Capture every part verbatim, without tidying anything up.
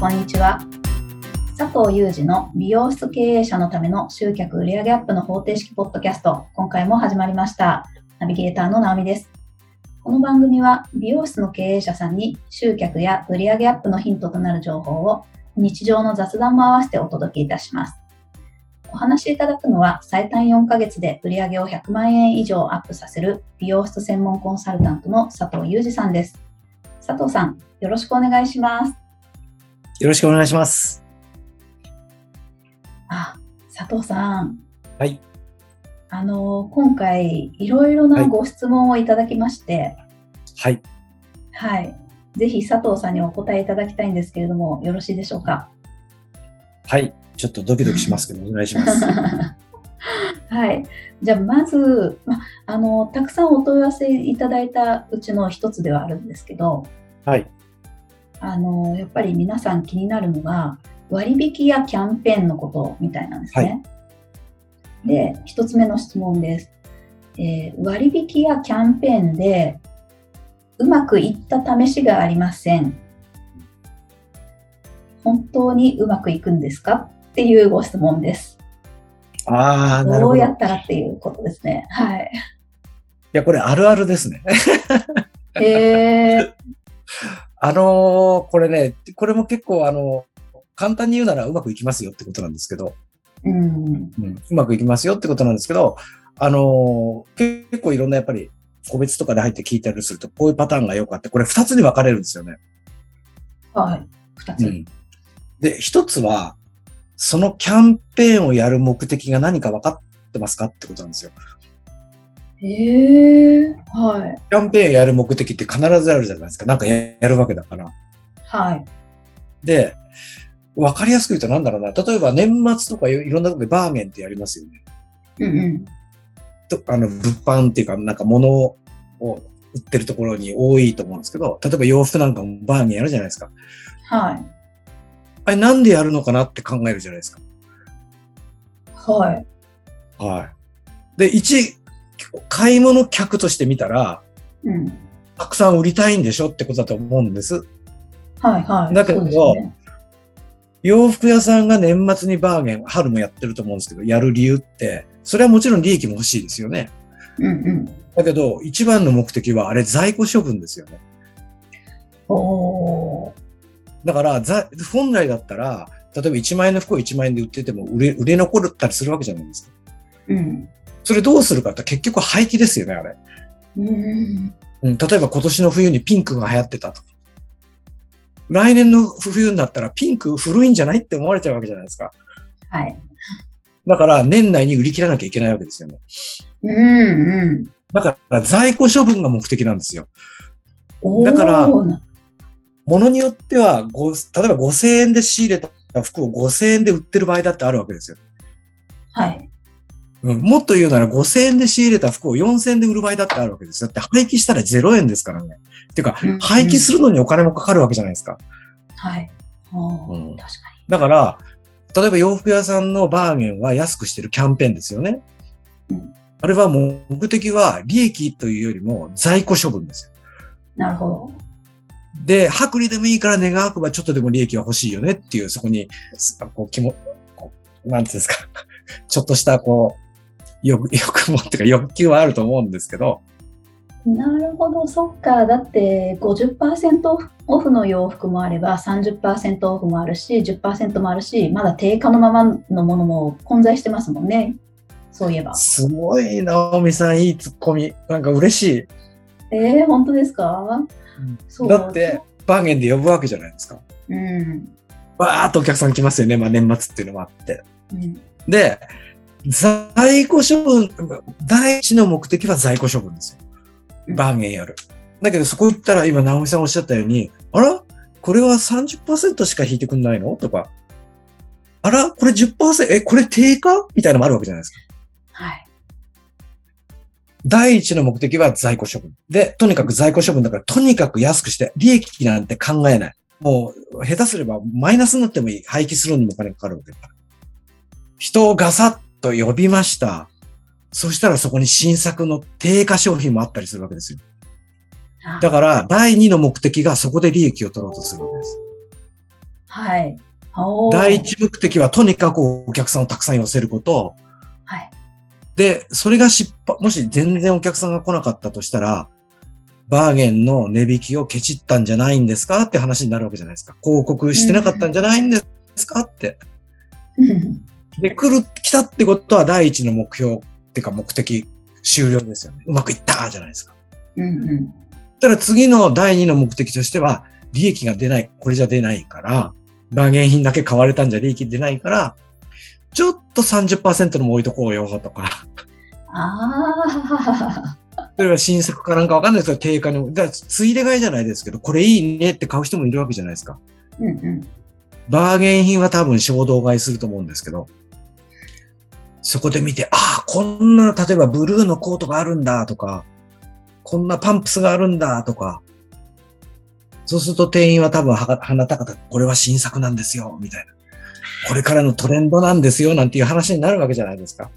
こんにちは。佐藤祐二の美容室経営者のための集客売上アップの方程式ポッドキャスト、今回も始まりました。ナビゲーターの直美です。この番組は美容室の経営者さんに集客や売上アップのヒントとなる情報を日常の雑談も合わせてお届けいたします。お話しいただくのは最短よんかげつで売上をひゃくまんえん以上アップさせる美容室専門コンサルタントの佐藤祐二さんです。佐藤さん、よろしくお願いします。 よろしくお願いします。 あ、佐藤さん。 はい。 あの、今回、いろいろなご質問をいただきまして、 はい。 はい。ぜひ佐藤さんにお答えいただきたいんですけれども、よろしいでしょうか。 はい。ちょっとドキドキしますけど、お願いします。 はい。じゃあ、まず、ま、あの、たくさんお問い合わせいただいたうちの一つではあるんですけど、 はい。 あの、やっぱり皆さん気になるのが、割引やキャンペーンのことみたいなんですね。はい、で、一つ目の質問です。えー、割引やキャンペーンでうまくいった試しがありません。本当にうまくいくんですかっていうご質問です。 ああ、なるほど。 どうやったらっていうことですね。はい。 いや、これあるあるですね。 へー。 あのー、これね、これも結構あの、簡単に言うならうまくいきますよってことなんですけど、 うん、 うん、うまくいきますよってことなんですけど、あのー、結構いろんなやっぱり個別とかで入って聞いたりすると、こういうパターンがよくあって、これ二つに分かれるんですよね。 はい、二つ。うん、 で、一つは、そのキャンペーンをやる目的が何か分かってますかってことなんですよ。 へー、はい。 キャンペーンやる目的って必ずあるじゃないですか。なんかやるわけだから。 はい。 で、わかりやすく言うとなんだろうな。例えば年末とかいろんなところでバーゲンってやりますよね。 うんうん。 とあの、物販っていうか、なんか物を売ってるところに多いと思うんですけど、例えば洋服なんかもバーゲンやるじゃないですか。 はい。 あれなんでやるのかなって考えるじゃないですか。 はい。 はい。で、一、買い物客として見たら、 うん、 たくさん売りたいんでしょってことだと思うんです。 はいはい。 だけど、 ね、 洋服屋さんが年末にバーゲン、春もやってると思うんですけど、やる理由って、それはもちろん利益も欲しいですよね。 うんうん。 だけど、一番の目的はあれ在庫処分ですよね。 おー。 だから、本来だったら、例えばいちまんえんの服をいちまんえんで売ってても売れ、売れ残ったりするわけじゃないですか。 うん。 それどうするかって結局廃棄ですよね、あれ。 うん。 うん、例えば今年の冬にピンクが流行ってたと。来年の冬になったらピンク古いんじゃないって思われちゃうわけじゃないですか。 はい。 だから年内に売り切らなきゃいけないわけですよね。 うんうん。 だから在庫処分が目的なんですよ。だから、ものによっては、例えばごせんえんで仕入れた服をごせんえんで売ってる場合だってあるわけですよ。 はい。 うん、もっと言うならごせんえんで仕入れた服をよんせんえんで売る場合だってあるわけですよ。だって廃棄したらゼロえんですからね。っていうか、うんうん、廃棄するのにお金もかかるわけじゃないですか。 はい。うん、確かに。 だから、例えば洋服屋さんのバーゲンは安くしてるキャンペーンですよね。うん、あれは目的は利益というよりも在庫処分ですよ。 なるほど。 で、薄利でもいいから願わくばちょっとでも利益は欲しいよねっていう、そこに、こう、気も、こうなんていうんですか、ちょっとした、こう、欲、欲望っていうか欲求はあると思うんですけど。 なるほど、そっか。だって、ごじゅっパーセント オフの洋服もあれば、さんじゅっパーセント オフもあるし、じゅっパーセント もあるし、まだ定価のままのものも混在してますもんね。そういえば。 すごい、直美さん、いいツッコミ。なんか嬉しい。 えー、本当ですか？ そうだって、バーゲンで呼ぶわけじゃないですか。 うん。 わーっとお客さん来ますよね。まあ年末っていうのもあって。 うん、 で、在庫処分、第一の目的は在庫処分ですよ。バーゲンやる。だけどそこ行ったら今直美さんおっしゃったように、あらこれは さんじゅっパーセント しか引いてくんないのとか、あらこれ じゅっパーセント、え、これ定価みたいなのもあるわけじゃないですか。 はい。 第一の目的は在庫処分。で、とにかく在庫処分だから、とにかく安くして、利益なんて考えない。もう、下手すればマイナスになってもいい。廃棄するのにもお金かかるわけだから。人をガサッと呼びました。そしたらそこに新作の定価商品もあったりするわけですよ。だから、第二の目的がそこで利益を取ろうとするわけです。 はい。おー。 第一目的はとにかくお客さんをたくさん寄せること。 はい。 で、それが失敗、もし全然お客さんが来なかったとしたら、バーゲンの値引きをケチったんじゃないんですかって話になるわけじゃないですか。広告してなかったんじゃないんですかって。で、来る、来たってことは第一の目標っていうか目的終了ですよね。うまくいったじゃないですか。 うんうん。 ただ次の第二の目的としては、利益が出ない、これじゃ出ないから、バーゲン品だけ買われたんじゃ利益出ないから、ちょっと さんじゅっパーセント でも置いとこうよとか。 ああ。 それは新作かなんかわかんないですけど、定価に、だからついで買いじゃないですけど、これいいねって買う人もいるわけじゃないですか。 うんうん。 バーゲン品は多分衝動買いすると思うんですけど、そこで見て、ああ、こんな、例えばブルーのコートがあるんだとか、こんなパンプスがあるんだとか、そうすると店員は多分鼻高く、これは新作なんですよ、みたいな。これからのトレンドなんですよ、なんていう話になるわけじゃないですか。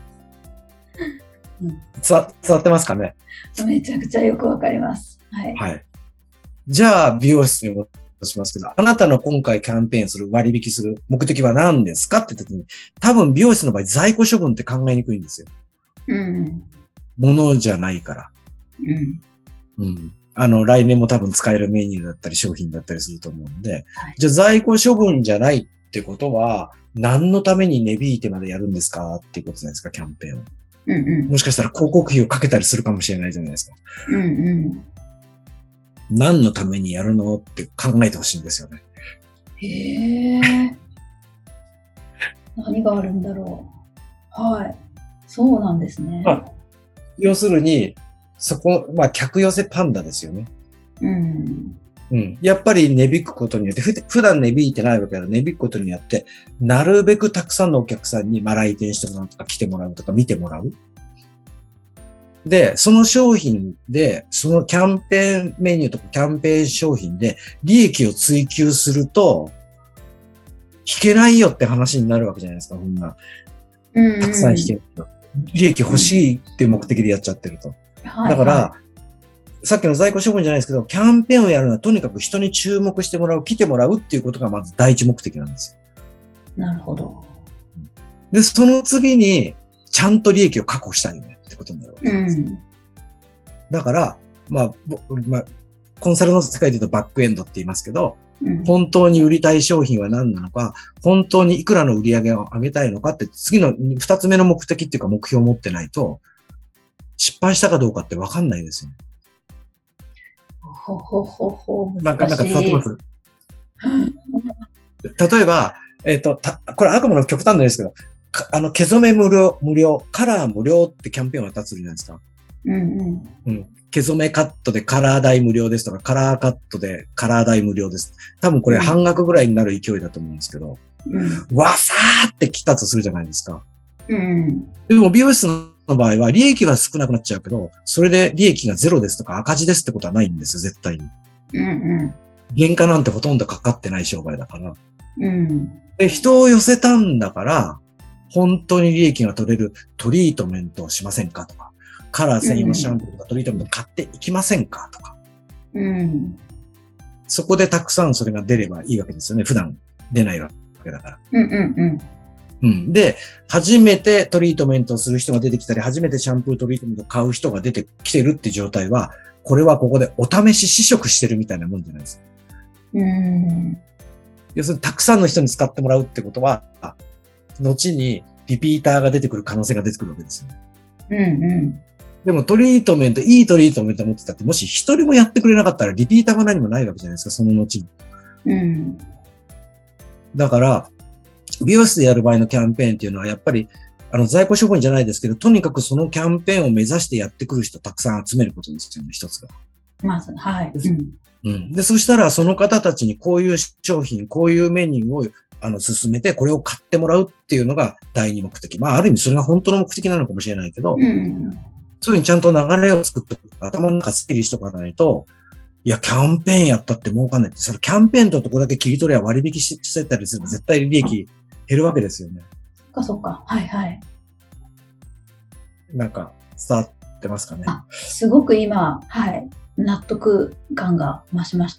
うん、伝わ、伝わってますかね？ めちゃくちゃよくわかります。はい。 はい。じゃあ、美容室に戻しますけど、あなたの今回キャンペーンする、割引する目的は何ですかって言った時に、多分美容室の場合、在庫処分って考えにくいんですよ。 うん。 物じゃないから。 うん。 うん。あの、来年も多分使えるメニューだったり商品だったりすると思うんで、はい、じゃあ在庫処分じゃないってことは、何のために値引いてまでやるんですかっていうことじゃないですか、キャンペーンを。 うんうん、 もしかしたら広告費をかけたりするかもしれないじゃないですか。 うんうん、 何のためにやるのって考えてほしいんですよね。 へー。何があるんだろう。はい。そうなんですね。 まあ、要するに、そこ、まあ、客寄せパンダですよね。 うん。 うん。やっぱり値引くことによって、ふ普段値引いてないわけだから値引くことによって、なるべくたくさんのお客さんに、まあ、来店してもらうとか来てもらうとか見てもらう。で、その商品で、そのキャンペーンメニューとかキャンペーン商品で利益を追求すると、引けないよって話になるわけじゃないですか、こんな。 うん。 たくさん引けると。利益欲しいっていう目的でやっちゃってると。 はい、 だから、さっきの在庫処分じゃないですけど、キャンペーンをやるのはとにかく人に注目してもらう、来てもらうっていうことがまず第一目的なんですよ。なるほど。 で、その次に、ちゃんと利益を確保したいよねってことになるわけです。うん、だから、まあ、まあ、コンサルの世界で言うとバックエンドって言いますけど、うん、本当に売りたい商品は何なのか、本当にいくらの売り上げを上げたいのかって、次の二つ目の目的っていうか目標を持ってないと、失敗したかどうかって分かんないですよね。 ほほほほ、 なんか、なんか伝わってます例えば、えっ、ー、と、これあくまで極端なんですけど、あの、毛染め無料、無料、カラー無料ってキャンペーンは立つじゃないですか。 うんうん。うん。 毛染めカットでカラー代無料ですとか、カラーカットでカラー代無料です。多分これ半額ぐらいになる勢いだと思うんですけど、うん、わさーって来たとするじゃないですか。 うん。 でも美容室の場合は利益は少なくなっちゃうけど、それで利益がゼロですとか赤字ですってことはないんですよ、絶対に。 うんうん。 原価なんてほとんどかかってない商売だから。 うん。 で、人を寄せたんだから、本当に利益が取れるトリートメントをしませんかとか、カラー専用シャンプーとかトリートメント買っていきませんかとか。 うん。 そこでたくさんそれが出ればいいわけですよね。普段出ないわけだから。 うんうんうん。 うん。で、初めてトリートメントをする人が出てきたり、初めてシャンプートリートメントを買う人が出てきてるって状態は、これはここでお試し試食してるみたいなもんじゃないですか。 うん。 要するにたくさんの人に使ってもらうってことは、後にリピーターが出てくる可能性が出てくるわけですよね。 うんうん。 でもトリートメント、いいトリートメントを持ってたって、もし一人もやってくれなかったらリピーターが何もないわけじゃないですか、その後に。 うん。 だから、美容室でやる場合のキャンペーンっていうのは、やっぱり、あの、在庫処分じゃないですけど、とにかくそのキャンペーンを目指してやってくる人をたくさん集めることですよね、一つが。 まず、はい。 うん。うん。で、そしたら、その方たちにこういう商品、こういうメニューを、あの、進めて、これを買ってもらうっていうのが第二目的。まあ、ある意味それが本当の目的なのかもしれないけど、うん、そういうふうにちゃんと流れを作って、頭の中整理しとかないと、いや、キャンペーンやったって儲かんないって、それキャンペーンととこだけ切り取りは割引してたりすれば絶対利益減るわけですよね。 そっかそっか。はいはい。 なんか、伝わってますかね。 あ、すごく今、はい、納得感が増しました。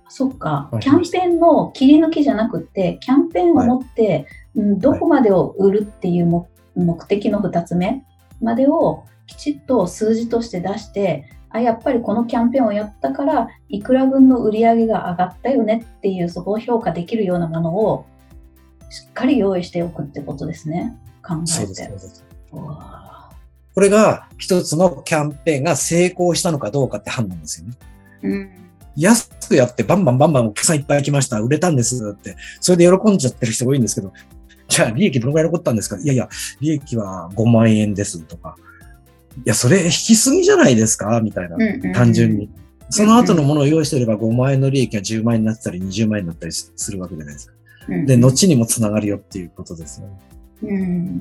そっか。 はいキャンペーンの切り抜きじゃなくて、キャンペーンを持って、うん、どこまでを売るっていうも目的のふたつめまでをきちっと数字として出して、あ、やっぱりこのキャンペーンをやったから、いくら分の売り上げが上がったよねっていう、そこを評価できるようなものをしっかり用意しておくってことですね。考えて。 そうです、そうです。 うわこれが一つのキャンペーンが成功したのかどうかって判断ですよね。 ーうん安くやってバンバンバンバンお客さんいっぱい来ました、売れたんですって、それで喜んじゃってる人が多いんですけど、じゃあ利益どのぐらい残ったんですか？いやいや、利益はごまんえんですとか、いや、それ引きすぎじゃないですかみたいな、 うんうんうん、 単純に。その後のものを用意してればごまんえんの利益がじゅうまんえんになったりにじゅうまんえんになったりするわけじゃないですか。で、後にもつながるよっていうことですね。 うん、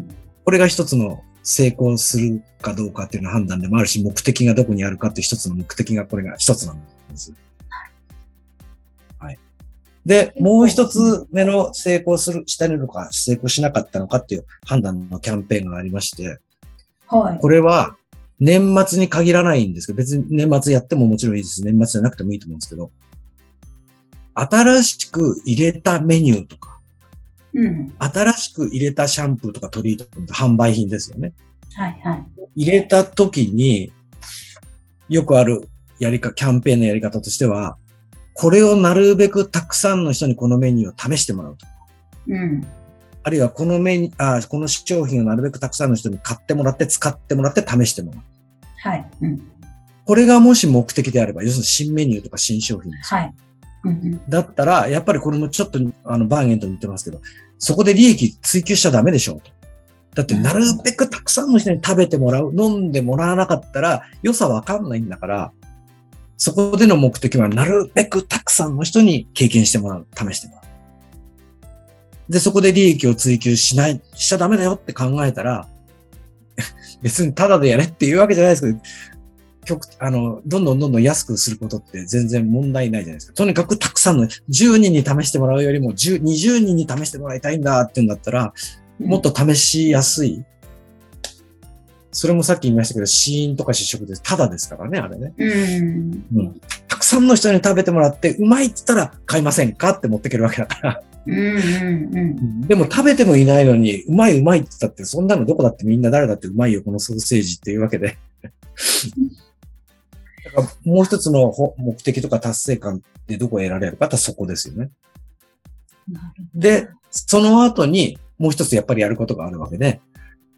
これが一つの成功するかどうかっていうの判断でもあるし、目的がどこにあるかっていう一つの目的がこれが一つなんです。はい。で、もう一つ目の成功する、したのか、成功しなかったのかっていう判断のキャンペーンがありまして、 はい。 これは年末に限らないんですけど、別に年末やってももちろんいいです。年末じゃなくてもいいと思うんですけど、新しく入れたメニューとか、 うん、 新しく入れたシャンプーとかトリートメント、販売品ですよね。 はいはい。 入れた時に、よくあるやりか、キャンペーンのやり方としては、これをなるべくたくさんの人にこのメニューを試してもらうと。 うん。 あるいはこのメニュー、あ、この商品をなるべくたくさんの人に買ってもらって、使ってもらって試してもらう。 はい。うん、 これがもし目的であれば、要するに新メニューとか新商品です。 はい。うんうん、 だったら、やっぱりこれもちょっと、あの、バーゲンと似てますけど、そこで利益追求しちゃダメでしょうと。だって、なるべくたくさんの人に食べてもらう、飲んでもらわなかったら、良さわかんないんだから、そこでの目的は、なるべくたくさんの人に経験してもらう、試してもらう。で、そこで利益を追求しない、しちゃダメだよって考えたら、別にタダでやれっていうわけじゃないですけど、極あの、どんどんどんどん安くすることって全然問題ないじゃないですか。とにかくたくさんの、じゅうにんに試してもらうよりも、じゅう、にじゅうにんに試してもらいたいんだって言うんだったら、もっと試しやすい。それもさっき言いましたけど、試飲とか試食でタダですからね、あれね。 うんうん。たくさんの人に食べてもらって、うまいって言ったら買いませんかって持ってけるわけだから。 うんうんうん、 でも食べてもいないのに、うまいうまいって言ったって、そんなのどこだってみんな誰だってうまいよ、このソーセージっていうわけで。だからもう一つの目的とか達成感でどこを得られるかってそこですよね。で、その後にもう一つやっぱりやることがあるわけで、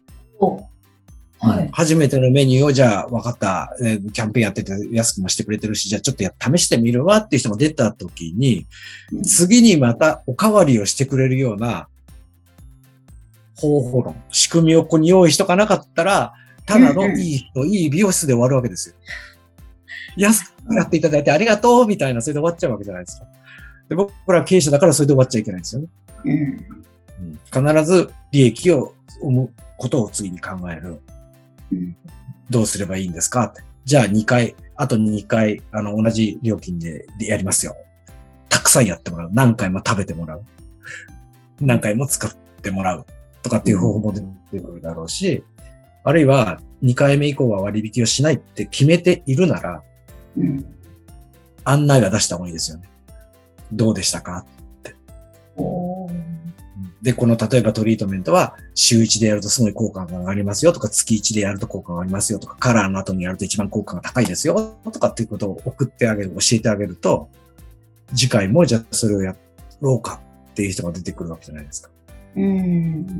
はい、 初めてのメニューをじゃあ分かった、えー、キャンペーンやってて安くもしてくれてるし、じゃあちょっとや試してみるわっていう人も出た時に、うん、次にまたおかわりをしてくれるような方法論、仕組みをここに用意しとかなかったら、ただのいい人、うんうん、いい美容室で終わるわけですよ。安くやっていただいてありがとうみたいな、それで終わっちゃうわけじゃないですか。で僕ら経営者だからそれで終わっちゃいけないんですよね。うんうん、必ず利益を生むことを次に考える。うん、どうすればいいんですかって。じゃあにかい、あとにかい、あの、同じ料金でやりますよ。たくさんやってもらう。何回も食べてもらう。何回も使ってもらう。とかっていう方法も出てくるだろうし、あるいはにかいめ以降は割引をしないって決めているなら、うん、案内は出した方がいいですよね。どうでしたかって。で、この例えばトリートメントは週いちでやるとすごい効果が上がりますよとか、月いちでやると効果が上がりますよとか、カラーの後にやると一番効果が高いですよとかっていうことを送ってあげる、教えてあげると、次回もじゃあそれをやろうかっていう人が出てくるわけじゃないですか。うん。うん、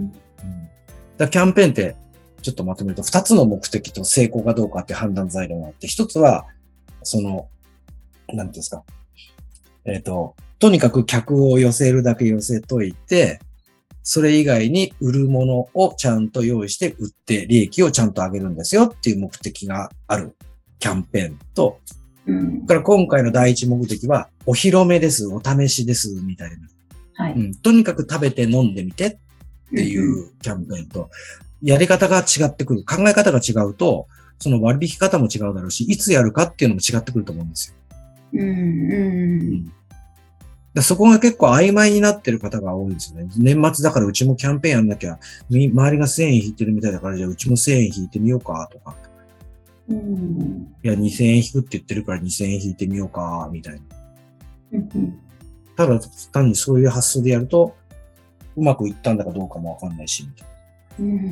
だキャンペーンってちょっとまとめるとふたつの目的と成功かどうかって判断材料があって、ひとつは、その、なんていうんですか。えっと、とにかく客を寄せるだけ寄せといて、それ以外に売るものをちゃんと用意して売って利益をちゃんと上げるんですよっていう目的があるキャンペーンと、うん、から今回の第一目的はお披露目です、お試しです、みたいな、はいうん。とにかく食べて飲んでみてっていうキャンペーンと、やり方が違ってくる、考え方が違うと、その割引方も違うだろうし、いつやるかっていうのも違ってくると思うんですよ。うんうんうんそこが結構曖昧になってる方が多いんですよね。年末だからうちもキャンペーンやんなきゃ、周りがせんえん引いてるみたいだからじゃあうちもせんえん引いてみようかとか。うん、いやにせんえん引くって言ってるからにせんえん引いてみようかみたいな。 うんうん、 ただ単にそういう発想でやると、うまくいったんだかどうかもわかんないし、みたいな。 うん。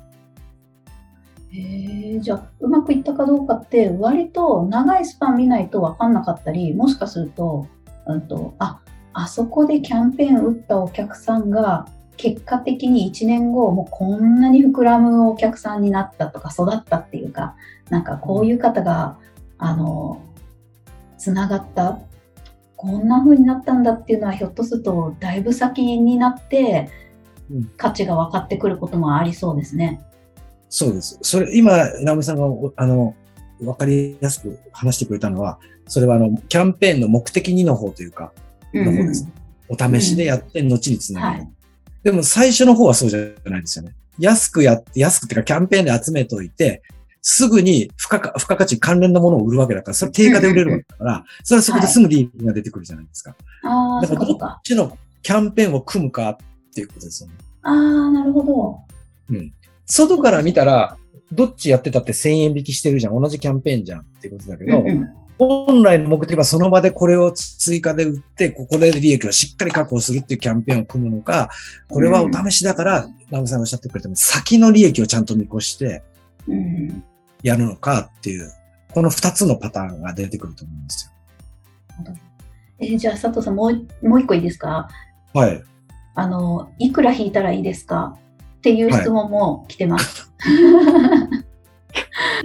えー、じゃあ、うまくいったかどうかって、割と長いスパン見ないと分かんなかったり、もしかすると、うんと、あ、あそこでキャンペーン打ったお客さんが、結果的にいちねんご、もうこんなに膨らむお客さんになったとか、育ったっていうか、なんかこういう方が、あの、つながった、こんな風になったんだっていうのは、ひょっとすると、だいぶ先になって、価値が分かってくることもありそうですね。 そうです。それ、今、直美さんが、あの、わかりやすく話してくれたのは、それはあの、キャンペーンの目的にの方というか、の方です。うんうん、お試しでやって、後につなげる。はい、でも、最初の方はそうじゃないですよね。安くやって、安くっていうか、キャンペーンで集めておいて、すぐに付加価、付加価値関連のものを売るわけだから、それ定価で売れるわけだから、それはそこですぐ利益が出てくるじゃないですか。 はい、 だから、どっちのキャンペーンを組むかっていうことですよね。 ああ、なるほど。 うん。外から見たら、どっちやってたってせんえん引きしてるじゃん。同じキャンペーンじゃんっていうことだけど、うんうん、本来の目的はその場でこれを追加で売って、ここで利益をしっかり確保するっていうキャンペーンを組むのか、これはお試しだから、直美さんがおっしゃってくれたように、先の利益をちゃんと見越して、やるのかっていう、この二つのパターンが出てくると思うんですよ。 えー、じゃあ佐藤さん、もう、もう一個いいですか？ はい。 あの、いくら引いたらいいですかっていう質問も来てます。 はい、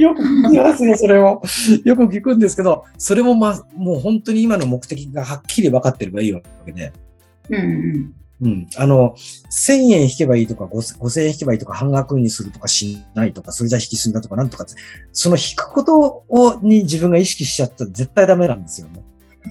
よく聞きますね、それを。よく聞くんですけど、それもまあ、もう本当に今の目的がはっきり分かってればいいわけで。 うんうん。 うん。あの、せんえん引けばいいとか、ごせんえん引けばいいとか、半額にするとかしないとか、それじゃ引きすぎだとか、なんとか、その引くことを、に自分が意識しちゃったら絶対ダメなんですよね。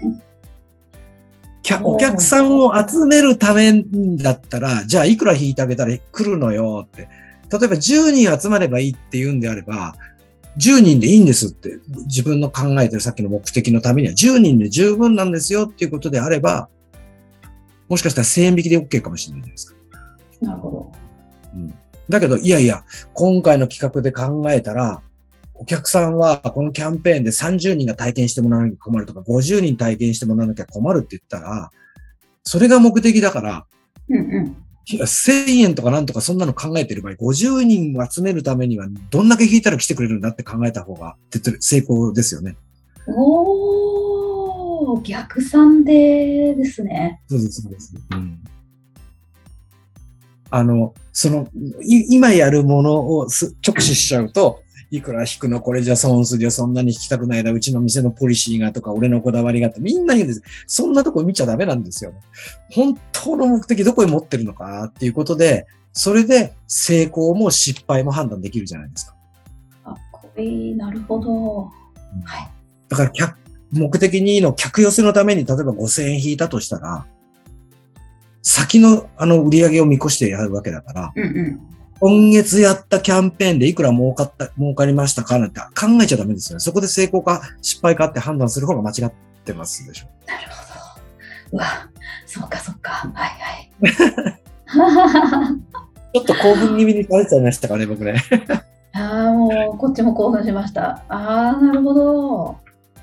お客さんを集めるためだったら、じゃあいくら引いてあげたら来るのよって。例えばじゅうにん集まればいいって言うんであれば、じゅうにんでいいんですって。自分の考えてるさっきの目的のためにはじゅうにんで十分なんですよっていうことであれば、もしかしたらせんえん引きで OK かもしれないじゃないですか。 なるほど。 うん。だけど、いやいや、今回の企画で考えたら、お客さんはこのキャンペーンでさんじゅうにんが体験してもらわなきゃ困るとか、ごじゅうにん体験してもらわなきゃ困るって言ったら、それが目的だから、 うんうん、 いやせんえんとかなんとかそんなの考えてる場合、ごじゅうにんを集めるためにはどんだけ引いたら来てくれるんだって考えた方が成功ですよね。 おー、逆算でですね。 そうです、そうです。うん。あの、その、今やるものを直視しちゃうと、いくら引くのこれじゃ損するよ、そんなに引きたくないな、うちの店のポリシーがとか、俺のこだわりがってみんな言うんです。そんなとこ見ちゃダメなんですよね。本当の目的どこに持ってるのかっていうことで、それで成功も失敗も判断できるじゃないですか。 かっこいい、なるほど。うん、はい。 だから客、目的にの客寄せのために例えばごせんえん引いたとしたら、先のあの売り上げを見越してやるわけだから、 うんうん、 今月やったキャンペーンでいくら儲かった、儲かりましたかなんて考えちゃダメですよね。そこで成功か失敗かって判断する方が間違ってますでしょ。 なるほど。うわ、そうかそうか。はいはい。 ちょっと興奮気味にされちゃいましたかね、僕ね。 ああ、もうこっちも興奮しました。ああ、なるほど。本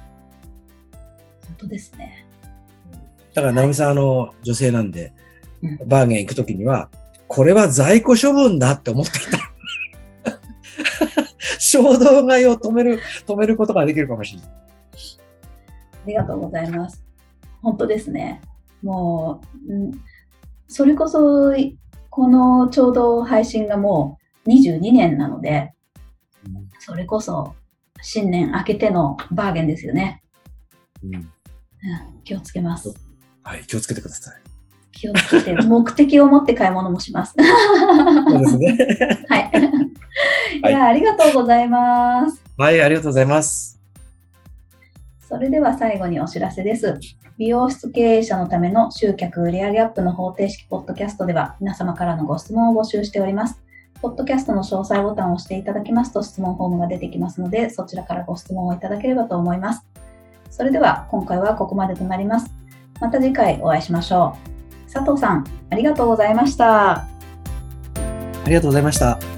当ですね。 だから、直美さん、あの、女性なんで、バーゲン行くときには、これは在庫処分だって思っていた。衝動買いを止める、止めることができるかもしれない。 ありがとうございます。本当ですね。もう、んそれこそ、このちょうど配信がもうにじゅうにねんなので、うん、それこそ新年明けてのバーゲンですよね。うんうん、気をつけます。 はい、気をつけてください。 気をつけて、目的を持って買い物もします。 そうですね。 はい。いや、ありがとうございます。 はい、ありがとうございます。 それでは最後にお知らせです。美容室経営者のための集客売上アップの方程式ポッドキャストでは皆様からのご質問を募集しております。ポッドキャストの詳細ボタンを押していただきますと質問フォームが出てきますので、そちらからご質問をいただければと思います。それでは今回はここまでとなります。また次回お会いしましょう。佐藤さん、ありがとうございました。 ありがとうございました。